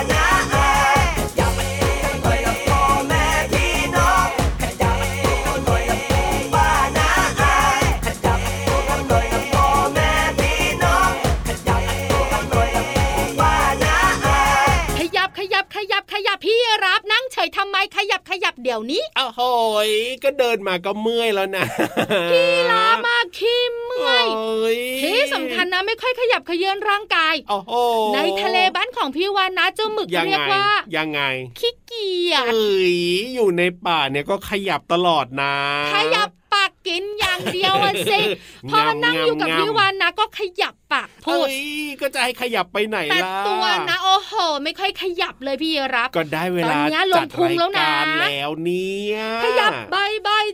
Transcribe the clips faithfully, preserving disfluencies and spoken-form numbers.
นะอาขยับกันหน่อยละพ่อแม่พี่น้องขยับตัวกันหน่อยละปู่ป้าน้าอาขยับตัวกันหน่อยละพ่อแม่พี่น้องขยับตัวกันหน่อยละปู่ป้าน้าอาขยับขยับขยับขยับพี่รับนั่งเฉยทำไมขยับขยับเดี๋ยวนี้อ้าวโหยก็เดินมาก็เมื่อยแล้วนะพี่รับมาขี้เมื่อยที่สำคัญนะไม่ค่อยขยับเขยื้อนร่างกายในทะเลบ้านของพี่วานนะเจ้าหมึกเรียกว่ายังไงขี้เกียจเอ้ยอยู่ในป่าเนี่ยก็ขยับตลอดนะขยับปากกินอย่างเดียวสิพอนั่งอยู่กับพี่วานนะก็ขยับปากพูดก็จะให้ขยับไปไหนล่ะแต่ตัวนะโอ้โหไม่ค่อยขยับเลยพี่รับก็ได้เวลาจัดรายการแล้วเนี่ยขยับใบใบจะดี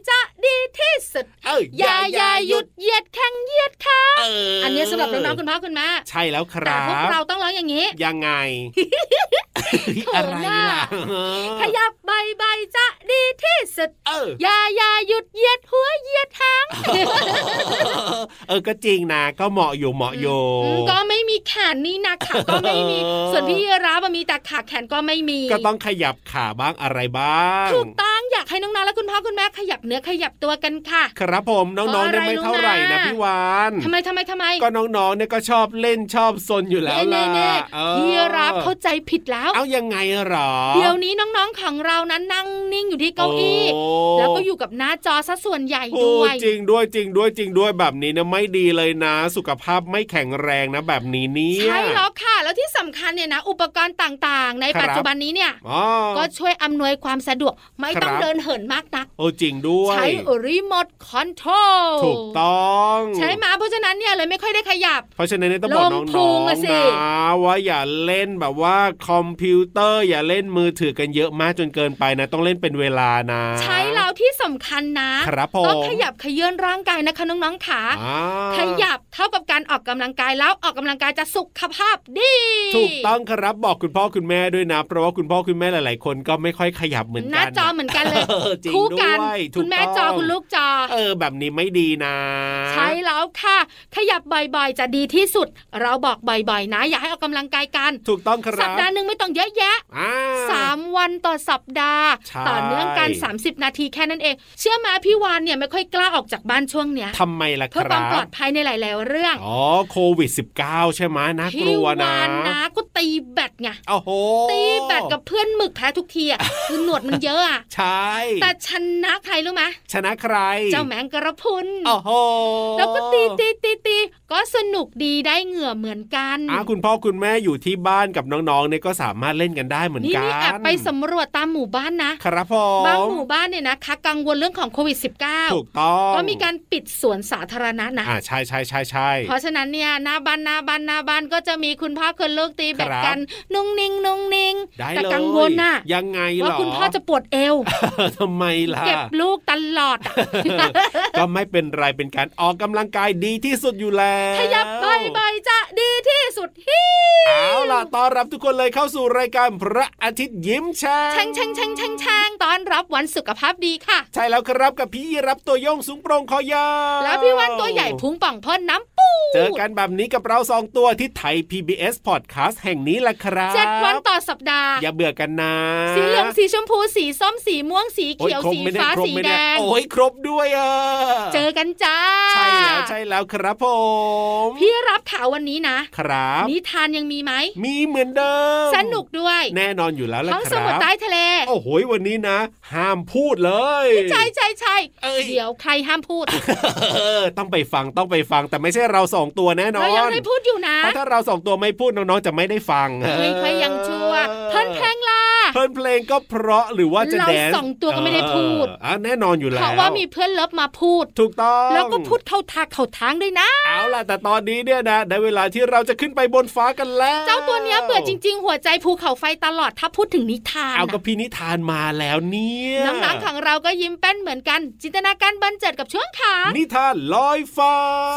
ดีที่สุดอย่าอย่าหยุดเหยียดแข้งเหยียดขาอันนี้สำหรับน้องๆคุณพ่อคุณแม่ใช่แล้วครับแต่พวกเราต้องร้องอย่างนี้ยังไงอะไรล่ะขยับใบๆจะดีที่สุดอย่าอย่าหยุดเหยียดหัวเหยียดหางเออก็จริงนะก็เหมาะอยู่เหมาะอยู่ก็ไม่มีแขนนี่นะขาก็ไม่มีส่วนพี่รับมีแต่ขาแขนก็ไม่มีก็ต้องขยับขาบ้างอะไรบ้างถูกต้องอยากให้น้องๆและคุณพ่อคุณแม่ขยับเนื้อขยับตัวกันค่ะครับผมน้องๆเนี่ยไม่เท่าไหร่นะพี่วานทำไมทำไมทำไมก็น้องๆเนี่ยก็ชอบเล่นชอบซนอยู่แล้วล่ะพี่รับเข้าใจผิดแล้วเอายังไงหรอเดี๋ยวนี้น้องๆของเรานั้นนั่งนิ่งอยู่ที่เก้าอี้แล้วก็อยู่กับหน้าจอซะส่วนใหญ่ด้วยจริงด้วยจริงด้วยจริงด้วยแบบนี้นะไม่ดีเลยนะสุขภาพไม่แข็งแรงนะแบบนี้เนี่ยใช่แล้วค่ะแล้วที่สำคัญเนี่ยนะอุปกรณ์ต่างๆในปัจจุบันนี้เนี่ยก็ช่วยอำนวยความสะดวกไม่ต้องเดินเหินมากนักโอ้จริงด้วยใช้รีโมทคอนโทรลถูกต้องใช่ไหมเพราะฉะนั้นเนี่ยเลยไม่ค่อยได้ขยับเพราะฉะนั้นต้องบอกน้องๆนะว่าอย่าเล่นแบบว่าคอมพิวเตอร์อย่าเล่นมือถือกันเยอะมากจนเกินไปนะต้องเล่นเป็นเวลานะใช่แล้วที่สำคัญนะครับต้องขยับเขยื้อนร่างกายนะคะน้องๆขาขยับเท่ากับการออกกำลังกายแล้วออกกำลังกายจะสุขภาพดีถูกต้องครับบอกคุณพ่อคุณแม่ด้วยนะเพราะว่าคุณพ่อคุณแม่หลายๆคนก็ไม่ค่อยขยับเหมือนกันหน้าจอเหมือนกันเลยคู่กันคุณแม่จอคุณลูกจอเออแบบนี้ไม่ดีนะใช่แล้วค่ะขยับบ่อยๆจะดีที่สุดเราบอกบ่อยๆนะอย่าให้ออกกำลังกายกันถูกต้องครับสัปดาห์นึงไม่ต้องเยอะแยะสามวันต่อสัปดาห์ต่อเนื่องกันสามสิบนาทีแค่นั้นเองเชื่อมั้ยพี่วานเนี่ยไม่ค่อยกล้าออกจากบ้านช่วงเนี้ยทำไมล่ะครับเพื่อความปลอดภัยในหลายๆเรื่องอ๋อโควิดสิบเก้า ใช่มั้ยน่ากลัวนะพี่วานนะก็ตีแบดไงโอ้โหตีแบดกับเพื่อนหมึกแพ้ทุกทีอ่ะคือหนวดมันเยอะอ่ะใช่แต่ชนะใครรู้มั้ยชนะใครเจ้าแมงกระพุนโอ้โหแล้วก็ตีตีตีตีก็สนุกดีได้เหงื่อเหมือนกันอ่ะคุณพ่อคุณแม่อยู่ที่บ้านกับน้องๆเนี่ยก็สามารถเล่นกันได้เหมือนกันนี่แอบไปสำรวจตามหมู่บ้านนะครับผมบางหมู่บ้านเนี่ยนะคะกังวลเรื่องของโควิด สิบเก้าถูกต้องก็มีการปิดสวนสาธารณะนะอ่าใช่ๆๆๆเพราะฉะนั้นเนี่ยหน้าบ้านหน้าบ้านหน้าบ้านก็จะมีคุณพ่อคุณลูกตีแบดกันนุ่งนิ่งนุ่งนิ่งแต่กังวลน่ะยังไงหรอว่าคุณพ่อจะปวดเอวทำไมล่ะเก็บลูกตลอดอ่ะก็ไม่เป็นไรเป็นการออกกำลังกายดีที่สุดอยู่แล้วขยับบ่อยๆจะดีที่สุดฮิเอาล่ะต้อนรับทุกคนเลยเข้าสู่รายการพระอาทิตย์ยิ้มแฉ่งแฉ่งแฉ่งแฉ่งแฉ่งแฉ่งต้อนรับวันสุขภาพดีค่ะใช่แล้วครับกับพี่รับตัวโยงสูงโปร่งคอยาวแล้วพี่วันตัวใหญ่พุงป่องพ่นน้ำปูเจอกันแบบนี้กับเราสองตัวที่ไทย พี บี เอส Podcast แห่งนี้แหละครับเจ็ดวันต่อสัปดาห์อย่าเบื่อกันนะสีเหลืองสีชมพูสีส้มสีม่วงสีเขียวสีฟ้าสีแดงโอ้ยครบด้วยอ่ะเจอกันจ้าใช่แล้วใช่แล้วครับผมพี่รับข่าววันนี้นะครับนิทานยังมีไหมมีเหมือนเดิมสนุกด้วยแน่นอนอยู่แล้วละครับท้องสมุทรใต้ทะเลโอ้โหวันนี้นะห้ามพูดเลยใช่ใช่ใช่เดี๋ยวใครห้ามพูดต้องไปฟังต้องไปฟังแต่ไม่ใช่เราสองตัวแน่นอนเรายังไม่พูดอยู่นะเพราะถ้าเราสองตัวไม่พูดน้องๆจะไม่ได้ฟังไม่ค่อยยังชั่วเพิ่นเพลงล่ะเพิ่นเพลงก็เพราะหรือว่าจะแดนเราสองตัวก็ไม่ได้พูดอ่ะแน่นอนอยู่แล้วเพราะว่ามีเพื่อนเลิฟมาพูดถูกต้องแล้วก็พูดเข้าทางเข้าทางด้วยนะเอาล่ะแต่ตอนนี้เนี่ยนะได้เวลาที่เราจะขึ้นไปบนฟ้ากันแล้วเจ้าตัวเนี้ยเบื่อจริงๆหัวใจภูเขาไฟตลอดถ้าพูดถึงนิทานเอากับพี่นิทานมาแล้วเนี่ยน้องๆของเราก็ยิ้มแป้นเหมือนกันจินตนาการบันเจิดกับช่วงขานิทานลอยฟ้า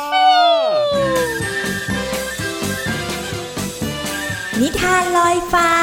นิทานลอยฟ้า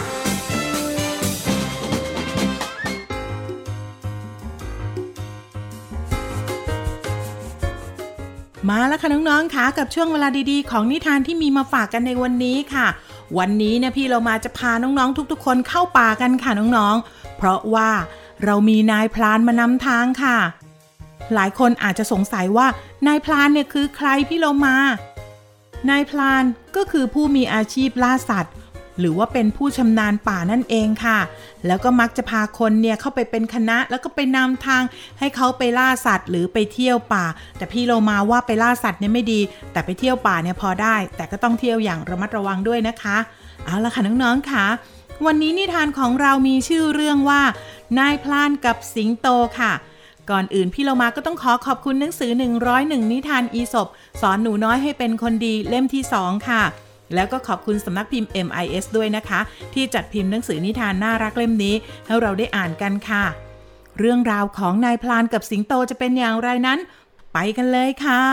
มาแล้วค่ะน้องๆค่ะกับช่วงเวลาดีๆของนิทานที่มีมาฝากกันในวันนี้ค่ะวันนี้เนี่ยพี่เรามาจะพาน้องๆทุกๆคนเข้าป่ากันค่ะน้องๆเพราะว่าเรามีนายพรานมานำทางค่ะหลายคนอาจจะสงสัยว่านายพรานเนี่ยคือใครพี่เรามานายพรานก็คือผู้มีอาชีพล่าสัตว์หรือว่าเป็นผู้ชำนาญป่านั่นเองค่ะแล้วก็มักจะพาคนเนี่ยเข้าไปเป็นคณะแล้วก็ไปนำทางให้เขาไปล่าสัตว์หรือไปเที่ยวป่าแต่พี่เรามาว่าไปล่าสัตว์เนี่ยไม่ดีแต่ไปเที่ยวป่าเนี่ยพอได้แต่ก็ต้องเที่ยวอย่างระมัดระวังด้วยนะคะเอาล่ะค่ะน้องๆค่ะวันนี้นิทานของเรามีชื่อเรื่องว่านายพรานกับสิงโตค่ะก่อนอื่นพี่เรามาก็ต้องขอขอบคุณหนังสือหนึ่งร้อยเอ็ดนิทานอีสปสอนหนูน้อยให้เป็นคนดีเล่มที่สองค่ะแล้วก็ขอบคุณสำนักพิมพ์ เอ็ม ไอ เอส ด้วยนะคะที่จัดพิมพ์หนังสือนิทานน่ารักเล่มนี้ให้เราได้อ่านกันค่ะเรื่องราวของนายพลานกับสิงโตจะเป็นอย่างไรนั้นไปกันเลยค่ะ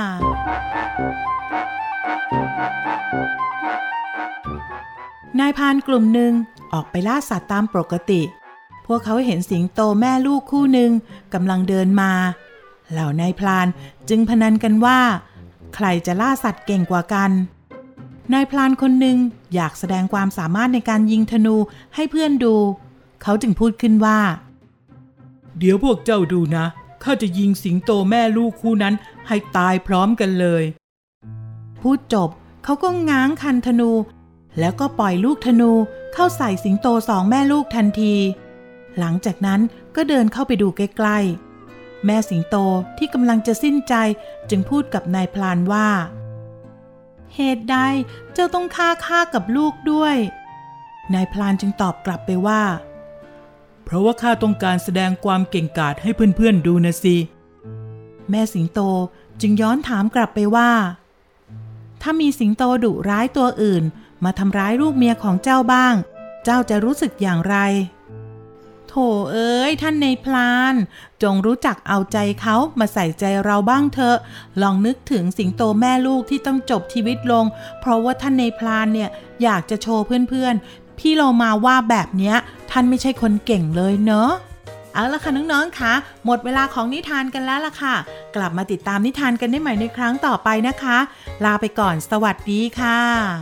นายพรานกลุ่มหนึ่งออกไปล่าสัตว์ตามปกติพวกเขาเห็นสิงโตแม่ลูกคู่หนึ่งกำลังเดินมาเหล่านายพรานจึงพนันกันว่าใครจะล่าสัตว์เก่งกว่ากันนายพรานคนหนึ่งอยากแสดงความสามารถในการยิงธนูให้เพื่อนดูเขาจึงพูดขึ้นว่าเดี๋ยวพวกเจ้าดูนะข้าจะยิงสิงโตแม่ลูกคู่นั้นให้ตายพร้อมกันเลยพูดจบเขาก็ง้างคันธนูแล้วก็ปล่อยลูกธนูเข้าใส่สิงโตสองแม่ลูกทันทีหลังจากนั้นก็เดินเข้าไปดูใกล้ๆแม่สิงโตที่กำลังจะสิ้นใจจึงพูดกับนายพลานว่าเหตุใดเจ้าต้องฆ่าข้ากับลูกด้วยนายพลานจึงตอบกลับไปว่าเพราะว่าข้าต้องการแสดงความเก่งกาจให้เพื่อนๆดูนะสิแม่สิงโตจึงย้อนถามกลับไปว่าถ้ามีสิงโตดุร้ายตัวอื่นมาทำร้ายลูกเมียของเจ้าบ้างเจ้าจะรู้สึกอย่างไรโถเอ้ยท่านนายพลานจงรู้จักเอาใจเขามาใส่ใจเราบ้างเถอะลองนึกถึงสิงโตแม่ลูกที่ต้องจบชีวิตลงเพราะว่าท่านนายพลานเนี่ยอยากจะโชว์เพื่อนๆพี่โลมาว่าแบบเนี้ยท่านไม่ใช่คนเก่งเลยเนอะเอาละค่ะน้องๆค่ะหมดเวลาของนิทานกันแล้วล่ะค่ะกลับมาติดตามนิทานกันได้ใหม่ในครั้งต่อไปนะคะลาไปก่อนสวัสดีค่ะ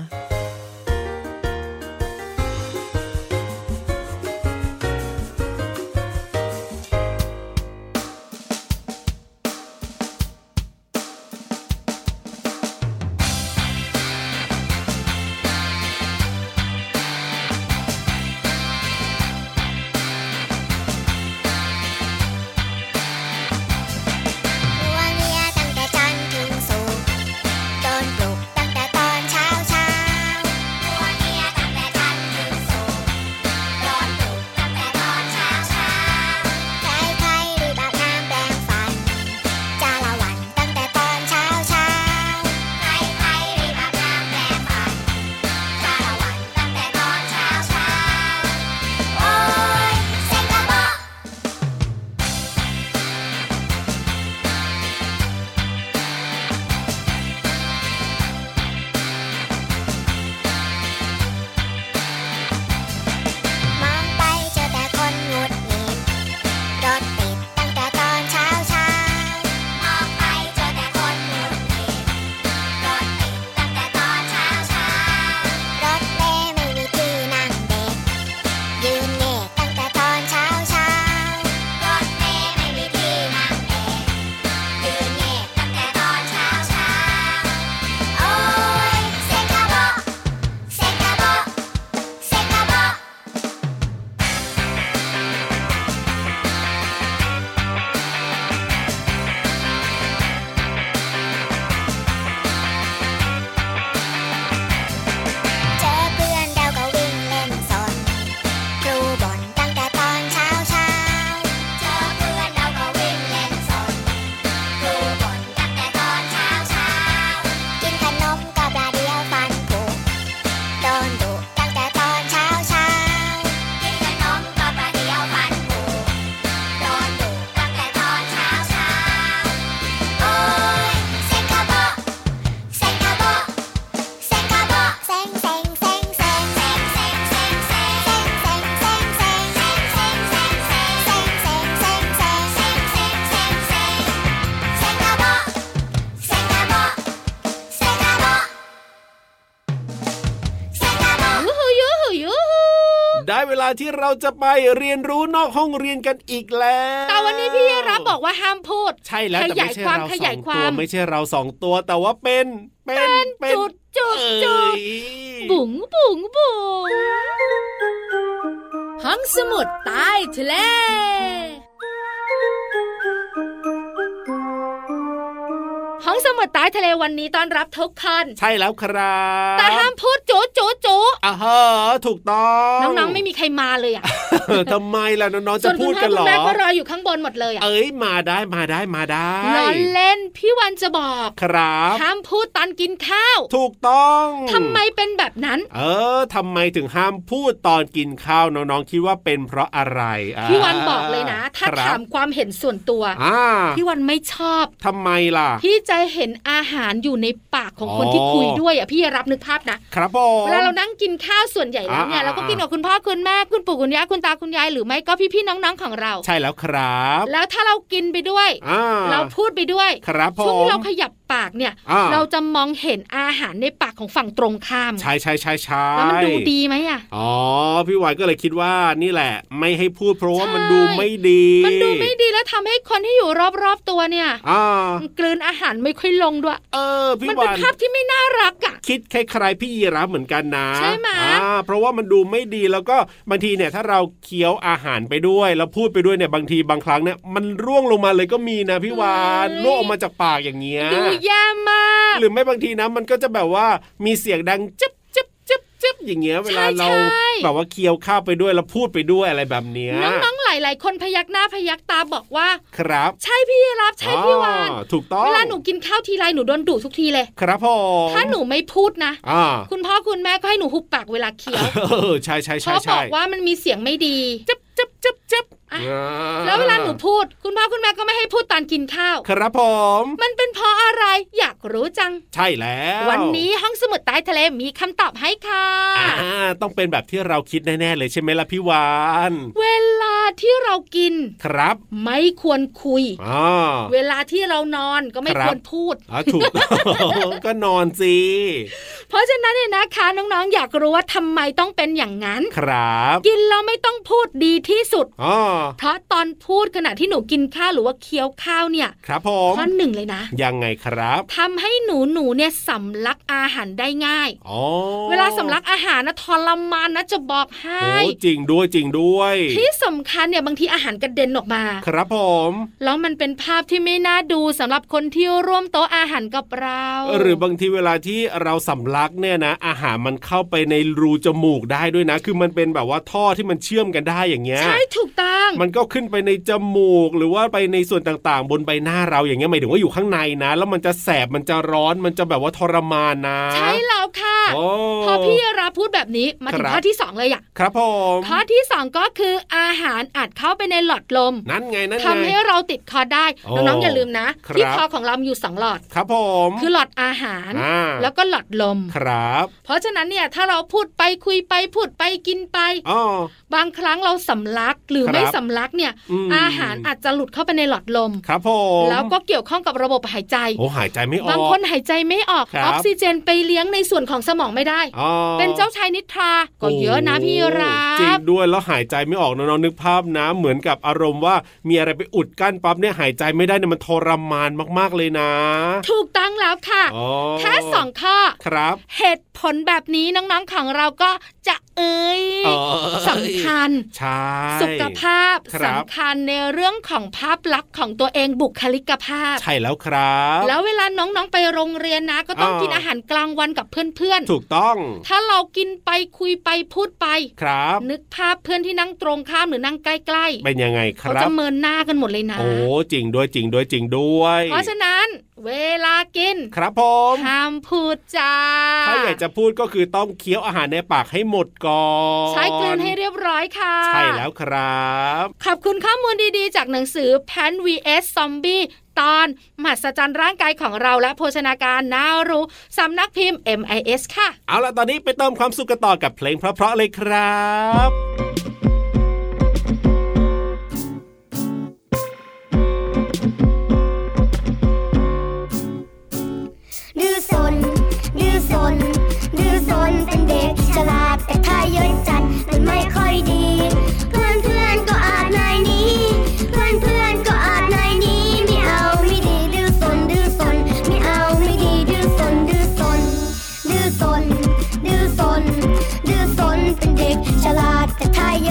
ได้เวลาที่เราจะไปเรียนรู้นอกห้องเรียนกันอีกแล้วแต่วันนี้พี่รับบอกว่าห้ามพูดใช่แล้วแต่ไม่ใช่เราสองตัวไม่ใช่เราสองตัวแต่ว่าเป็นเป็นจุดจุดจุดบุ๋งบุ๋งบุ๋งห้องสมุดใต้ทะเลห้องสมุดใต้ทะเลวันนี้ต้อนรับทุกคนใช่แล้วครับแต่ห้ามพูดโจ๊ะโจ๊ะโจ๊ะอ่าฮะถูกต้องน้องๆไม่มีใครมาเลยอ่ะทำไมล่ะน้องๆจะพูดกันหรอส่วนคุณพ่อคุณแม่ก็รออยู่ข้างบนหมดเลยอ่ะเอ้ยมาได้มาได้มาได้รอเล่นพี่วันจะบอกครับห้ามพูดตอนกินข้าวถูกต้องทำไมเป็นแบบนั้นเออทำไมถึงห้ามพูดตอนกินข้าวน้องๆคิดว่าเป็นเพราะอะไรพี่วันบอกเลยนะถ้าถามความเห็นส่วนตัวพี่วันไม่ชอบทำไมล่ะพี่จะเห็นอาหารอยู่ในปากของคนที่คุยด้วยอ่ะพี่รับนึกภาพนะครับผมเวลาเรานั่งกินข้าวส่วนใหญ่แล้วเนี่ยเราก็กินกับคุณพ่อคุณแม่คุณปู่คุณย่าคุณตาคุณยายหรือไม่ก็พี่ๆน้องๆของเราใช่แล้วครับแล้วถ้าเรากินไปด้วยเราพูดไปด้วยช่วงที่เราขยับปากเนี่ยเราจะมองเห็นอาหารในปากของฝั่งตรงข้ามใช่ใช่ใช่ใช่แล้วมันดูดีไหมอ่ะอ๋อพี่วายก็เลยคิดว่านี่แหละไม่ให้พูดเพราะว่ามันดูไม่ดีมันดูไม่ดีแล้วทำให้คนที่อยู่รอบๆตัวเนี่ยกลืนอาหารไม่ค่อยลงด้วยเออพี่วายมันเป็นภาพที่ไม่น่ารักอ่ะคิดคล้ายๆพี่ยีรับเหมือนกันนะใช่ไหมอ่าเพราะว่ามันดูไม่ดีแล้วก็บางทีเนี่ยถ้าเราเคี้ยวอาหารไปด้วยแล้วพูดไปด้วยเนี่ยบางทีบางครั้งเนี่ยมันร่วงลงมาเลยก็มีนะพี่วานร่วงออกมาจากปากอย่างเงี้ยดูแย่มากหรือไม่บางทีนะมันก็จะแบบว่ามีเสียงดังจึ๊บจึ๊บจึ๊บจึ๊บอย่างเงี้ยเวลาเราแบบว่าเคี้ยวข้าวไปด้วยแล้วพูดไปด้วยอะไรแบบเนี้ยน้องๆหลายๆคนพยักหน้าพยักตาบอกว่าครับใช่พี่รับใช่พี่วานถูกต้องเวลาหนูกินข้าวทีไรหนูโดนดุทุกทีเลยครับผมถ้าหนูไม่พูดนะคุณพ่อคุณแม่ก็ให้หนูหุบปากเวลาเคี้ยวเออใช่ใช่ใช่ใช่เพราะบอกว่ามันมีเสียงไม่ดีจึ๊บจึ๊บจึ๊บจึ๊บแล้วเวลาหนูพูดคุณพ่อคุณแม่ก็ไม่ให้พูดตอนกินข้าวครับผมมันเป็นเพราะอะไรอยากรู้จังใช่แล้ววันนี้ห้องสมุดใต้ทะเลมีคำตอบให้ค่ะอ่าต้องเป็นแบบที่เราคิดแน่ๆเลยใช่ไหมล่ะพี่วานเวลาที่เรากินครับไม่ควรคุยเวลาที่เรานอนก็ไม่ควรพูดอ๋อถูก ก็นอนสิเพราะฉะนั้นเนี่ยนะคะน้องๆอยากรู้ว่าทำไมต้องเป็นอย่างนั้นครับกินแล้วไม่ต้องพูดดีที่สุดอ๋อเพราะตอนพูดขณะที่หนูกินข้าวหรือว่าเคี้ยวข้าวเนี่ยครับผมข้อหนึ่งเลยนะยังไงครับทำให้หนูหนูเนี่ยสำลักอาหารได้ง่ายอ๋อเวลาสำลักอาหารนะทรมานนะจะบอกให้โอ้จริงด้วยจริงด้วยที่สำคัญเนี่ยบางทีอาหารกระเด็นออกมาครับผมแล้วมันเป็นภาพที่ไม่น่าดูสำหรับคนที่ร่วมโต๊ะอาหารกับเราหรือบางทีเวลาที่เราสำลักเนี่ยนะอาหารมันเข้าไปในรูจมูกได้ด้วยนะคือมันเป็นแบบว่าท่อที่มันเชื่อมกันได้อย่างเงี้ยใช่ถูกต้องมันก็ขึ้นไปในจมูกหรือว่าไปในส่วนต่างๆบนใบหน้าเราอย่างเงี้ยหมายถึงว่าอยู่ข้างในนะแล้วมันจะแสบมันจะร้อนมันจะแบบว่าทรมานนะใช่แล้วค่ะพอพี่ราพูดแบบนี้มาถึงข้อที่สองเลยอ่ะครับผมข้อที่สองก็คืออาหารอาจเข้าไปในหลอดลมนั่นไงนั่นไงทำให้เราติดคอได้น้องๆอย่าลืมนะที่คอของเราอยู่สองหลอดครับผมคือหลอดอาหารแล้วก็หลอดลมครับเพราะฉะนั้นเนี่ยถ้าเราพูดไปคุยไปพูดไปกินไปบางครั้งเราสำลักหรือไม่สำลักเนี่ยอาหารอาจจะหลุดเข้าไปในหลอดลมครับผมแล้วก็เกี่ยวข้องกับระบบหายใจโอ้หายใจไม่ออกบางคนหายใจไม่ออกออกซิเจนไปเลี้ยงในส่วนของสมองไม่ได้เป็นเจ้าชายนิทราก็เยอะนะพี่ราจริงด้วยแล้วหายใจไม่ออกน้องๆนึกภาพนะเหมือนกับอารมณ์ว่ามีอะไรไปอุดกั้นปั๊บเนี่ยหายใจไม่ได้เนี่ยมันทรมานมากๆเลยนะถูกต้องแล้วค่ะแค่สองข้อครับเหตุผลแบบนี้น้องๆของเราก็จะเอ้ยสำคัญสุขภาพสำคัญในเรื่องของภาพลักษณ์ของตัวเองบุคลิกภาพใช่แล้วครับแล้วเวลาน้องๆไปโรงเรียนนะก็ต้องกินอาหารกลางวันกับเพื่อนๆถูกต้องถ้าเรากินไปคุยไปพูดไปครับนึกภาพเพื่อนที่นั่งตรงข้ามหรือนั่งใกล้ๆเป็นยังไงครับเขาจะเมินหน้ากันหมดเลยนะโอ้จริงด้วยจริงด้วยจริงด้วยเพราะฉะนั้นเวลากินครับผมห้ามพูดจาถ้าอยากจะพูดก็คือต้องเคี้ยวอาหารในปากให้หมดก่อนใช้กลืนให้เรียบร้อยค่ะใช่แล้วครับขอบคุณข้อมูลดีๆจากหนังสือ Plant วี เอส Zombie ตอนมหัศจรรย์ร่างกายของเราและโภชนาการน่ารู้สำนักพิมพ์ เอ็ม ไอ เอส ค่ะเอาล่ะตอนนี้ไปเติมความสุขกันต่อกับเพลงเพราะๆเลยครับดื้อซนดื้อซนดื้อซนเป็นเด็กฉลาดแต่ถ้าเยอะจัดมันไม่ค่อยดีเพื่อนเพื่อนก็อาจนายนี้เพื่อนเพื่อนก็อาจนายนี้ไม่เอาไม่ดีดื้อซนดื้อซนไม่เอาไม่ดีดื้อซนดื้อซนดื้อซนดื้อซนดื้อซนเป็นเด็กฉลาดแต่ถ้า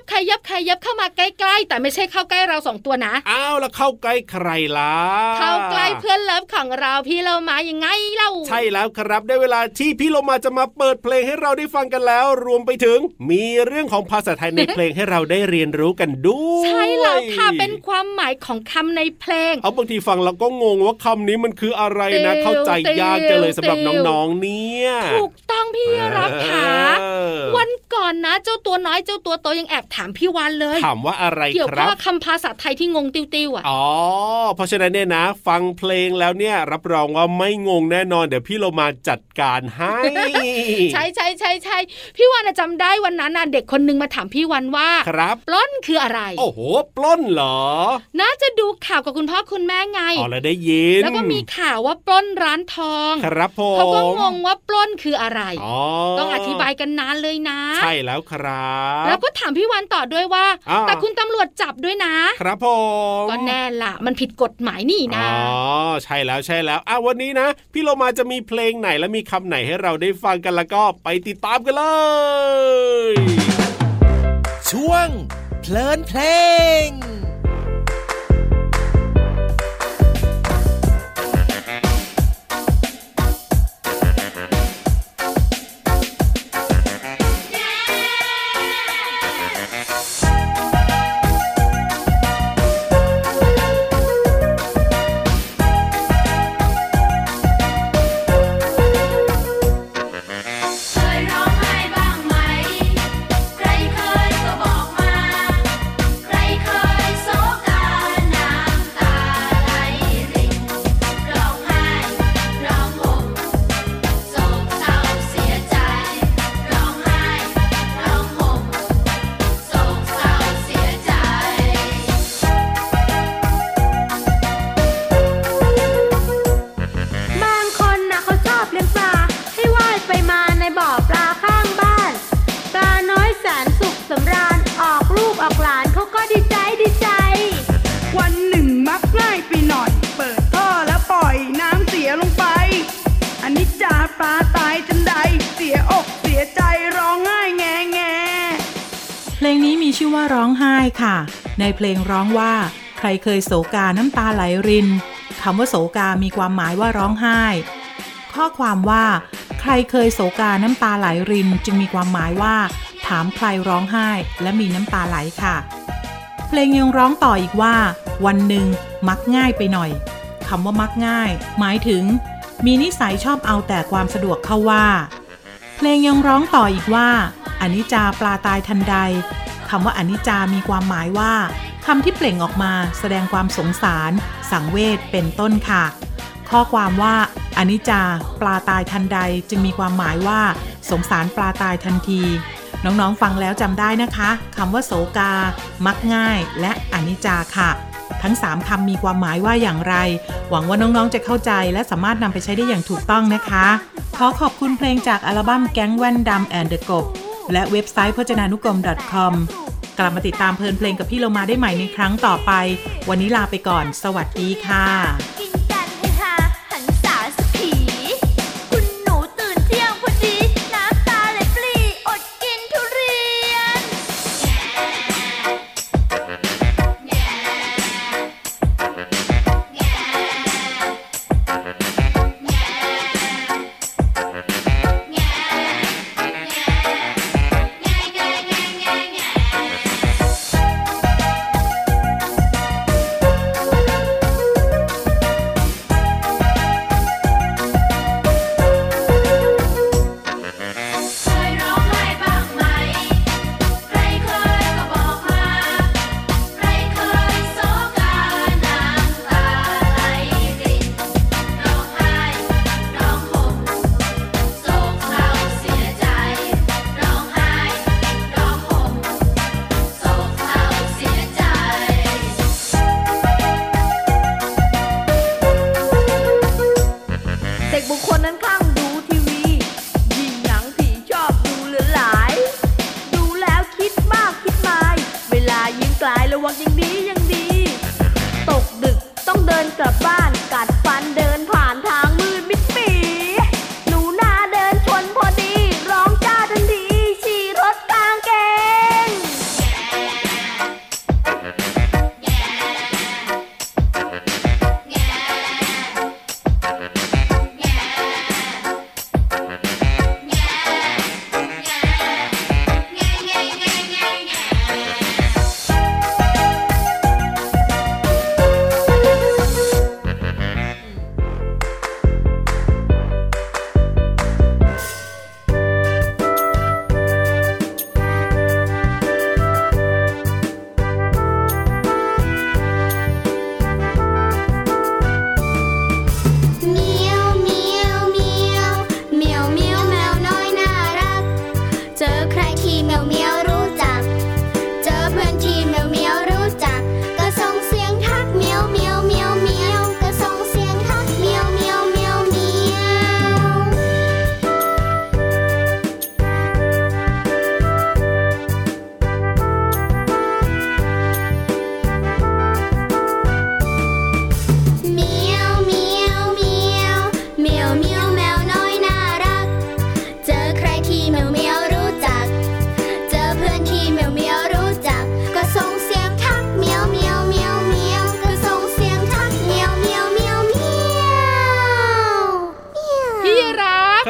ขยับขยับเข้ามาใกล้ๆแต่ไม่ใช่เข้าใกล้เราสองตัวนะอ้าวแล้วเข้าใกล้ใครล่ะเข้าใกล้เพื่อนเลิฟของเราพี่โลมายังไงเล่าใช่แล้วครับได้เวลาที่พี่โลมาจะมาเปิดเพลงให้เราได้ฟังกันแล้วรวมไปถึงมีเรื่องของภาษาไทยในเพลงให้เราได้เรียนรู้กันด้วยใช่แล้วค่ะเป็นความหมายของคำในเพลงเอาบางทีฟังแล้วก็งงว่าคำนี้มันคืออะไรนะเข้าใจยากจังเลยสำหรับน้องๆเนี่ยถูกต้องพี่รับค่ะวันก่อนนะเจ้าตัวน้อยเจ้าตัวโตยังแอบถามพี่วันเลยถามว่าอะไรครับเกี่ยวกับคำภาษาไทยที่งงติ้วๆอ่ะอ๋อเพราะฉะนั้นเนี่ยนะฟังเพลงแล้วเนี่ยรับรองว่าไม่งงแน่นอนเดี๋ยวพี่เรามาจัดการให้ใช่ใช่ใช่ใช่พี่วันจำได้วันนั้นเด็กคนนึงมาถามพี่วันว่าครับปล้นคืออะไรโอ้โหปล้นเหรอน่าจะดูข่าวกับคุณพ่อคุณแม่ไงอ๋อแล้วได้ยินแล้วก็มีข่าวว่าปล้นร้านทองครับผมเขาก็งงว่าปล้นคืออะไรต้องอธิบายกันนานเลยนะใช่แล้วครับแล้วก็ถามพี่วันต่อด้วยว่าแต่คุณตำรวจจับด้วยนะครับผมก็แน่ล่ะมันผิดกฎหมายนี่นะอ๋อใช่แล้วใช่แล้วอ่ะวันนี้นะพี่โลมาจะมีเพลงไหนและมีคำไหนให้เราได้ฟังกันแล้วก็ไปติดตามกันเลยช่วงเพลินเพลงเพลงนี้มีชื่อว่าร้องไห้ค่ะในเพลงร้องว่าใครเคยโศกาน้ำตาไหลรินคำว่าโศกามีความหมายว่าร้องไห้ข้อความว่าใครเคยโศกาน้ำตาไหลรินจึงมีความหมายว่าถามใครร้องไห้และมีน้ำตาไหลค่ะเพลงยังร้องต่ออีกว่าวันหนึ่งมักง่ายไปหน่อยคำว่ามักง่ายหมายถึงมีนิสัยชอบเอาแต่ความสะดวกเข้าว่าเพลงยังร้องต่ออีกว่าอนิจจาปลาตายทันใดคำว่าอนิจจามีความหมายว่าคำที่เปล่งออกมาแสดงความสงสารสังเวชเป็นต้นค่ะข้อความว่าอนิจจาปลาตายทันใดจึงมีความหมายว่าสงสารปลาตายทันทีน้องๆฟังแล้วจำได้นะคะคำว่าโศกามักง่ายและอนิจจาค่ะทั้งสามคำมีความหมายว่าอย่างไรหวังว่าน้องๆจะเข้าใจและสามารถนำไปใช้ได้อย่างถูกต้องนะคะขอขอบคุณเพลงจากอัลบั้มแก๊งแว่นดำแอนด์เดอะกบและเว็บไซต์พจนานุกรม .com กลับมาติดตามเพลินเพลงกับพี่โลมาได้ใหม่ในครั้งต่อไปวันนี้ลาไปก่อนสวัสดีค่ะ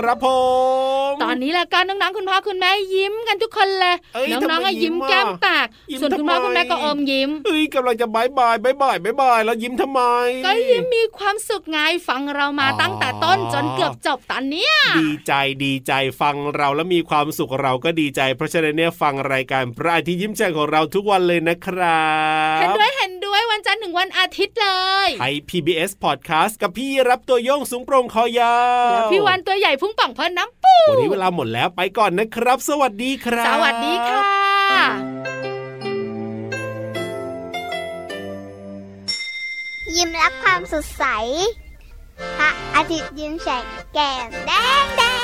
ครับผมตอนนี้แหละกันน้องๆคุณพ่อคุณแม่ยิ้มกันทุกคนเลยน้องๆยิ้มแก้มแตกส่วนคุณพ่อคุณแม่ก็อมยิ้มเอ้ยกำลังจะบายบายบายบายบายบายแล้วยิ้มทำไมก็ยิ้มมีความสุขไงฟังเรามาตั้งแต่ต้นจนเกือบจบตอนเนี้ยดีใจดีใจฟังเราแล้วมีความสุขเราก็ดีใจเพราะฉะนั้นเนี่ยฟังรายการพระอาทิตย์ยิ้มแฉ่งของเราทุกวันเลยนะครับเห็นด้วยเห็นด้วยวันจันทร์ถึงวันอาทิตย์เลยไทย พี บี เอส Podcast กับพี่รับตัวโยงสูงโปร่งคอยาวแล้วพี่วันตัวใหญ่พุ่งป่องพอน้ำปูวันนี้เวลาหมดแล้วไปก่อนนะครับสวัสดีครับสวัสดีค่ะยิ้มรับความสดใสพระอาทิตย์ยิ้มแฉกแก้มแดงแดง